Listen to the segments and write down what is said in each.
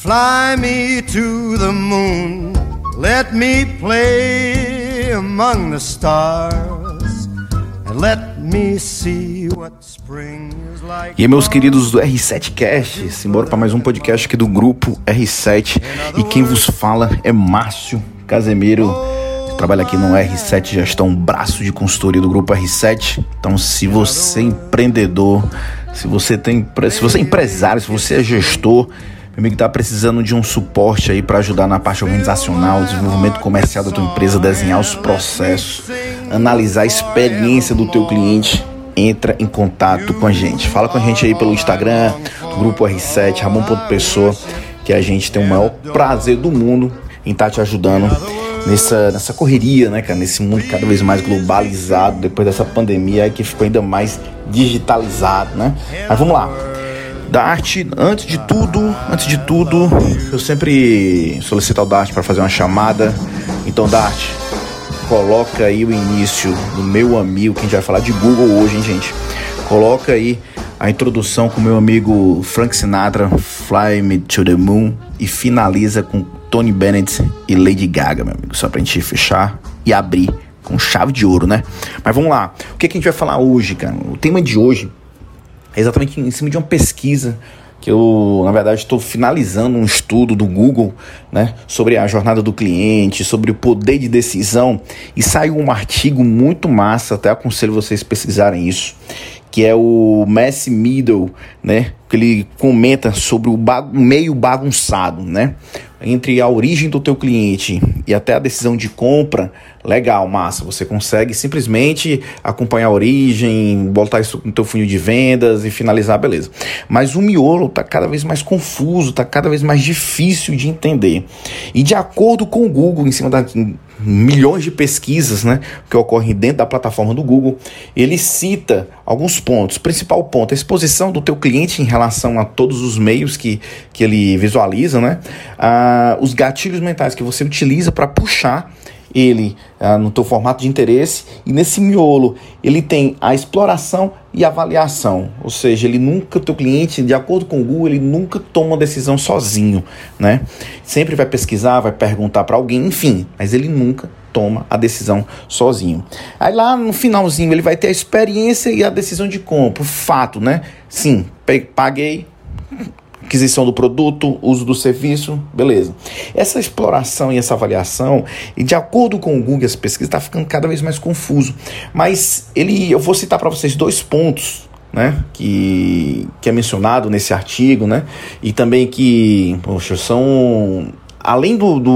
Fly me to the moon, let me play among the stars, and let me see what spring is like. E aí, meus queridos do R7Cast, simbora para mais um podcast aqui do grupo R7. E quem vos fala é Márcio Casemiro, trabalha aqui no R7 Gestão, braço de consultoria do grupo R7. Então, se você é empreendedor, se você é empresário, se você é gestor, meu amigo, está precisando de um suporte aí para ajudar na parte organizacional, desenvolvimento comercial da tua empresa, desenhar os processos, analisar a experiência do teu cliente, entra em contato com a gente. Fala com a gente aí pelo Instagram, do grupo R7, Ramon.pessoa, que a gente tem o maior prazer do mundo em estar te ajudando nessa correria, né, cara? Nesse mundo cada vez mais globalizado, depois dessa pandemia que ficou ainda mais digitalizado, né? Mas vamos lá. Dart, antes de tudo, eu sempre solicito ao Dart para fazer uma chamada. Então, Dart, coloca aí o início do meu amigo, que a gente vai falar de Google hoje, hein, gente? Coloca aí a introdução com o meu amigo Frank Sinatra, Fly Me to the Moon, e finaliza com Tony Bennett e Lady Gaga, meu amigo, só pra gente fechar e abrir com chave de ouro, né? Mas vamos lá, o que a gente vai falar hoje, cara? O tema de hoje é exatamente em cima de uma pesquisa que eu, na verdade, estou finalizando um estudo do Google, né, sobre a jornada do cliente, sobre o poder de decisão, e saiu um artigo muito massa, até aconselho vocês pesquisarem isso, que é o Messi Middle, né, que ele comenta sobre o meio bagunçado, né, entre a origem do teu cliente e até a decisão de compra. Legal, massa, você consegue simplesmente acompanhar a origem, botar isso no teu funil de vendas e finalizar, beleza. Mas o miolo está cada vez mais confuso, está cada vez mais difícil de entender. E de acordo com o Google, em cima das milhões de pesquisas, né, que ocorrem dentro da plataforma do Google, ele cita alguns pontos. O principal ponto, a exposição do teu cliente em relação a todos os meios que ele visualiza, né, os gatilhos mentais que você utiliza para puxar ele no teu formato de interesse, e nesse miolo ele tem a exploração e avaliação, ou seja, o teu cliente, de acordo com o Google, ele nunca toma uma decisão sozinho, né? Sempre vai pesquisar, vai perguntar para alguém, enfim, mas ele nunca toma a decisão sozinho. Aí lá no finalzinho ele vai ter a experiência e a decisão de compra, o fato, né? Sim, paguei, aquisição do produto, uso do serviço, beleza. Essa exploração e essa avaliação, e de acordo com o Google, essa pesquisa está ficando cada vez mais confuso. Mas eu vou citar para vocês 2 pontos, né, que é mencionado nesse artigo, né, e também que, são, além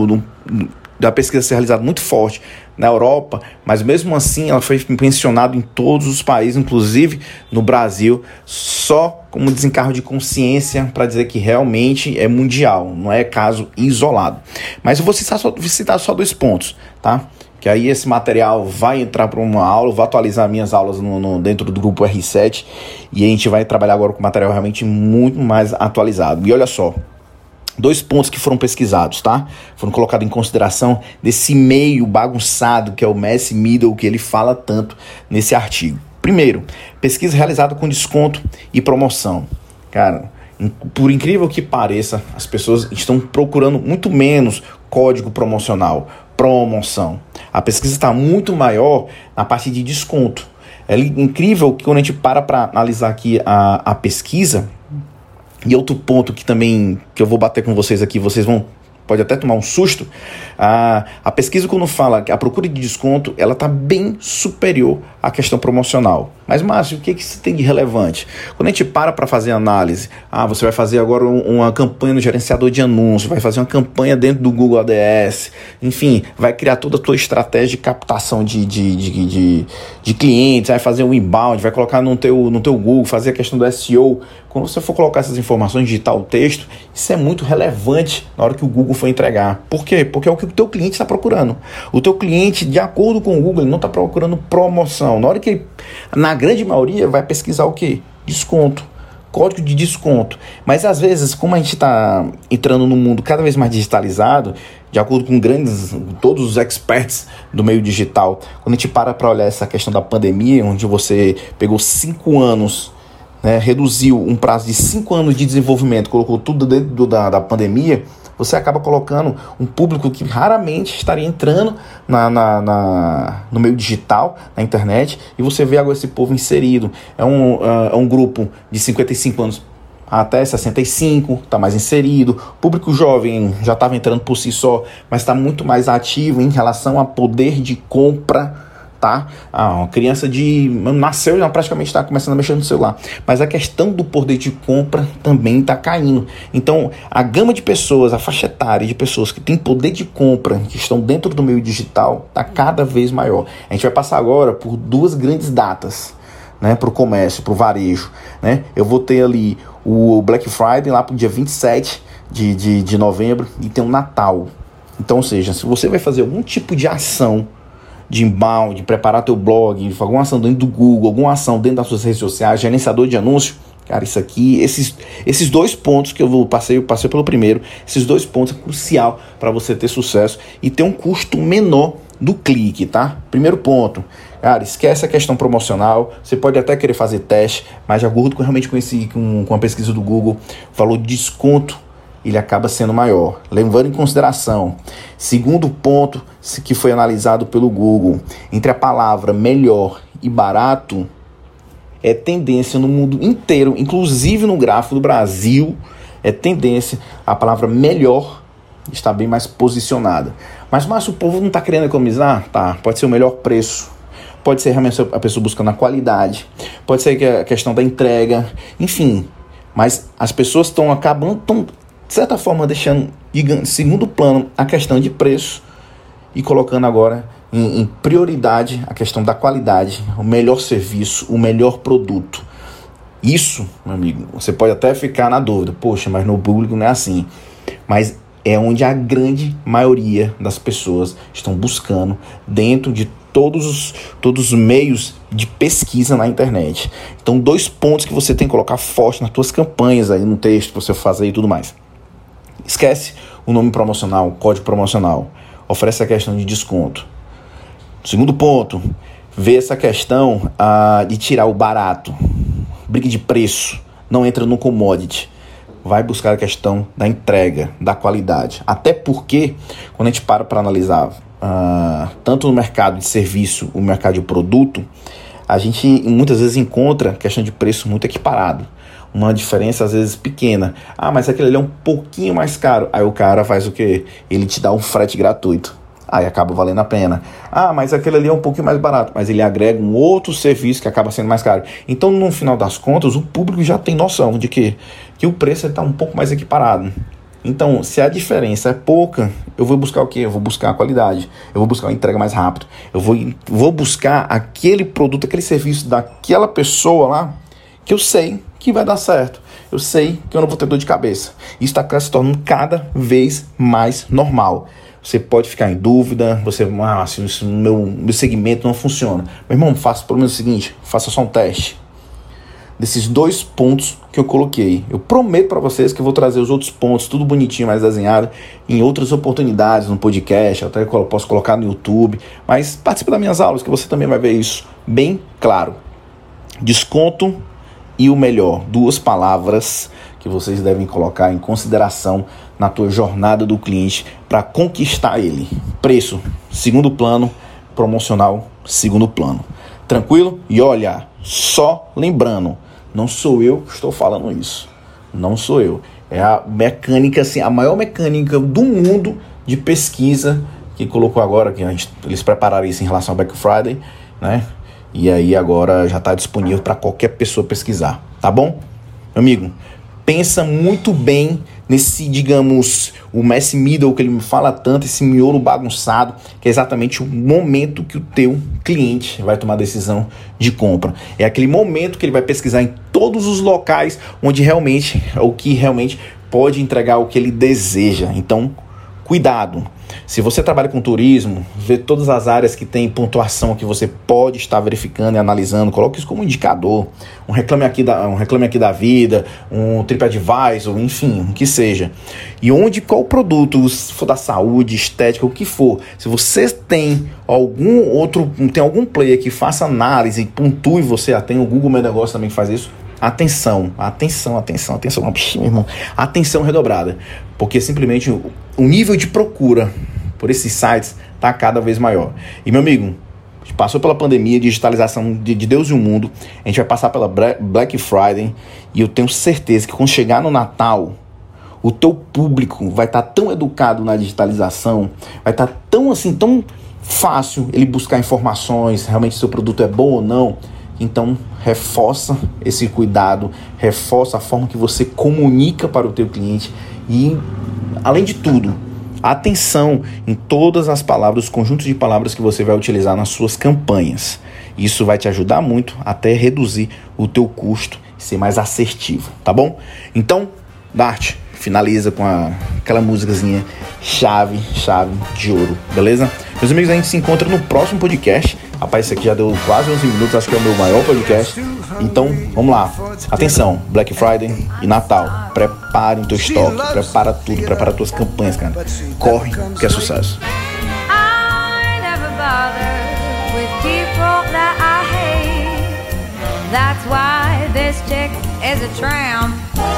da pesquisa ser realizada muito forte na Europa, mas mesmo assim ela foi mencionada em todos os países, inclusive no Brasil, só como desencargo de consciência para dizer que realmente é mundial, não é caso isolado. Mas eu vou citar só 2 pontos, tá? Que aí esse material vai entrar para uma aula, eu vou atualizar minhas aulas dentro do grupo R7, e a gente vai trabalhar agora com material realmente muito mais atualizado. E olha só, 2 pontos que foram pesquisados, tá? Foram colocados em consideração desse meio bagunçado que é o Messi Middle, que ele fala tanto nesse artigo. Primeiro, pesquisa realizada com desconto e promoção. Cara, por incrível que pareça, as pessoas estão procurando muito menos código promocional, promoção. A pesquisa está muito maior na parte de desconto. É incrível que quando a gente para analisar aqui a pesquisa. E outro ponto que eu vou bater com vocês aqui, pode até tomar um susto, a pesquisa, quando fala que a procura de desconto, ela está bem superior à questão promocional. Mas, Márcio, o que isso tem de relevante? Quando a gente para fazer análise, você vai fazer agora uma campanha no gerenciador de anúncios, vai fazer uma campanha dentro do Google Ads, enfim, vai criar toda a tua estratégia de captação de clientes, vai fazer um inbound, vai colocar no teu Google, fazer a questão do SEO. Quando você for colocar essas informações, digitar o texto, isso é muito relevante na hora que o Google for entregar. Por quê? Porque é o que o teu cliente está procurando. O teu cliente, de acordo com o Google, ele não está procurando promoção. Na hora que ele, na grande maioria, vai pesquisar o quê? Desconto. Código de desconto. Mas às vezes, como a gente está entrando num mundo cada vez mais digitalizado, de acordo com todos os experts do meio digital, quando a gente para olhar essa questão da pandemia, onde você pegou 5 anos né, reduziu um prazo de 5 anos de desenvolvimento, colocou tudo dentro da pandemia, você acaba colocando um público que raramente estaria entrando no meio digital, na internet, e você vê agora esse povo inserido. É um grupo de 55 anos até 65, está mais inserido. O público jovem já estava entrando por si só, mas está muito mais ativo em relação a poder de compra. Tá? Uma criança nasceu já praticamente está começando a mexer no celular, mas a questão do poder de compra também está caindo. Então a gama de pessoas, a faixa etária de pessoas que têm poder de compra, que estão dentro do meio digital, está cada vez maior. A gente vai passar agora por 2 grandes datas, né, para o comércio, para o varejo, né? Eu vou ter ali o Black Friday lá para o dia 27 de novembro, e tem o Natal. Então, ou seja, se você vai fazer algum tipo de ação de inbound, de preparar teu blog, alguma ação dentro do Google, alguma ação dentro das suas redes sociais, gerenciador de anúncio, cara, isso aqui, esses 2 pontos que eu passei pelo primeiro, esses 2 pontos é crucial para você ter sucesso e ter um custo menor do clique, tá? Primeiro ponto, cara, esquece a questão promocional, você pode até querer fazer teste, mas de acordo com a pesquisa do Google, o valor de desconto ele acaba sendo maior, levando em consideração. Segundo ponto que foi analisado pelo Google, entre a palavra melhor e barato, é tendência no mundo inteiro, inclusive no gráfico do Brasil, é tendência a palavra melhor está bem mais posicionada. Mas o povo não está querendo economizar? Tá, pode ser o melhor preço, pode ser realmente a pessoa buscando a qualidade, pode ser a questão da entrega, enfim, mas as pessoas estão de certa forma, deixando em segundo plano a questão de preço e colocando agora em prioridade a questão da qualidade, o melhor serviço, o melhor produto. Isso, meu amigo, você pode até ficar na dúvida, poxa, mas no público não é assim. Mas é onde a grande maioria das pessoas estão buscando dentro de todos os meios de pesquisa na internet. Então, 2 pontos que você tem que colocar forte nas suas campanhas aí no texto que você fazer e tudo mais. Esquece o nome promocional, o código promocional. Oferece a questão de desconto. Segundo ponto, vê essa questão de tirar o barato. Briga de preço. Não entra no commodity. Vai buscar a questão da entrega, da qualidade. Até porque, quando a gente para analisar tanto no mercado de serviço, o mercado de produto, a gente muitas vezes encontra questão de preço muito equiparado. Uma diferença às vezes pequena. Mas aquele ali é um pouquinho mais caro. Aí o cara faz o quê? Ele te dá um frete gratuito. Aí acaba valendo a pena. Mas aquele ali é um pouquinho mais barato. Mas ele agrega um outro serviço que acaba sendo mais caro. Então, no final das contas, o público já tem noção de que o preço está um pouco mais equiparado. Então, se a diferença é pouca, eu vou buscar o quê? Eu vou buscar a qualidade. Eu vou buscar uma entrega mais rápida. Eu vou buscar aquele produto, aquele serviço daquela pessoa lá que eu sei que vai dar certo. Eu sei que eu não vou ter dor de cabeça. Isso está se tornando cada vez mais normal. Você pode ficar em dúvida, se o meu segmento não funciona. Meu irmão, faça pelo menos o seguinte, faça só um teste. Desses 2 pontos que eu coloquei. Eu prometo para vocês que eu vou trazer os outros pontos, tudo bonitinho, mais desenhado, em outras oportunidades, no podcast, até posso colocar no YouTube. Mas participe das minhas aulas, que você também vai ver isso bem claro. Desconto e o melhor, 2 palavras que vocês devem colocar em consideração na tua jornada do cliente para conquistar ele. Preço, segundo plano, promocional, segundo plano. Tranquilo? E olha, só lembrando, não sou eu que estou falando isso. Não sou eu. É a mecânica, assim, a maior mecânica do mundo de pesquisa que colocou agora, que eles prepararam isso em relação ao Black Friday, né? E aí agora já está disponível para qualquer pessoa pesquisar, tá bom? Meu amigo, pensa muito bem nesse, digamos, o mass middle que ele me fala tanto, esse miolo bagunçado, que é exatamente o momento que o teu cliente vai tomar a decisão de compra. É aquele momento que ele vai pesquisar em todos os locais onde realmente, o que realmente pode entregar o que ele deseja. Então, cuidado. Se você trabalha com turismo, vê todas as áreas que tem pontuação que você pode estar verificando e analisando, coloque isso como indicador, um reclame aqui da vida, um TripAdvisor, enfim, o que seja. E qual produto, se for da saúde, estética, o que for, se você tem algum player que faça análise e pontue você, tem o Google Meu Negócio também que faz isso, atenção, meu irmão, atenção redobrada, porque simplesmente o nível de procura por esses sites está cada vez maior. E meu amigo, passou pela pandemia, digitalização de Deus e o mundo, a gente vai passar pela Black Friday, e eu tenho certeza que quando chegar no Natal, o teu público vai estar tão educado na digitalização, vai estar tão fácil ele buscar informações, realmente se o seu produto é bom ou não. Então reforça esse cuidado, reforça a forma que você comunica para o teu cliente e, além de tudo, atenção em todas as palavras, os conjuntos de palavras que você vai utilizar nas suas campanhas. Isso vai te ajudar muito até reduzir o teu custo e ser mais assertivo, tá bom? Então, Dart, finaliza com aquela musicazinha chave de ouro, beleza? Meus amigos, a gente se encontra no próximo podcast. Rapaz, esse aqui já deu quase 11 minutos, acho que é o meu maior podcast. Então, vamos lá. Atenção, Black Friday e Natal. Prepare o teu estoque, prepara tudo, prepara as tuas campanhas, cara. Corre, que é sucesso. I never bother with people that I hate. That's why this chick is a tramp.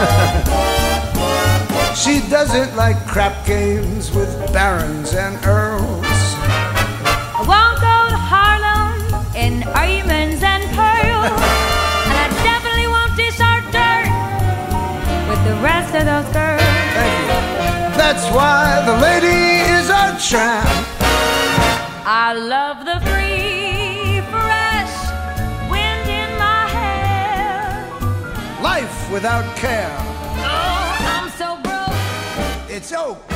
She doesn't like crap games with barons and earls. I won't go to Harlem in diamonds and pearls. And I definitely won't dish our dirt with the rest of those girls. That's why the lady is a tramp. I love the free, fresh wind in my hair. Life without care. Oh, I'm so broke. It's okay.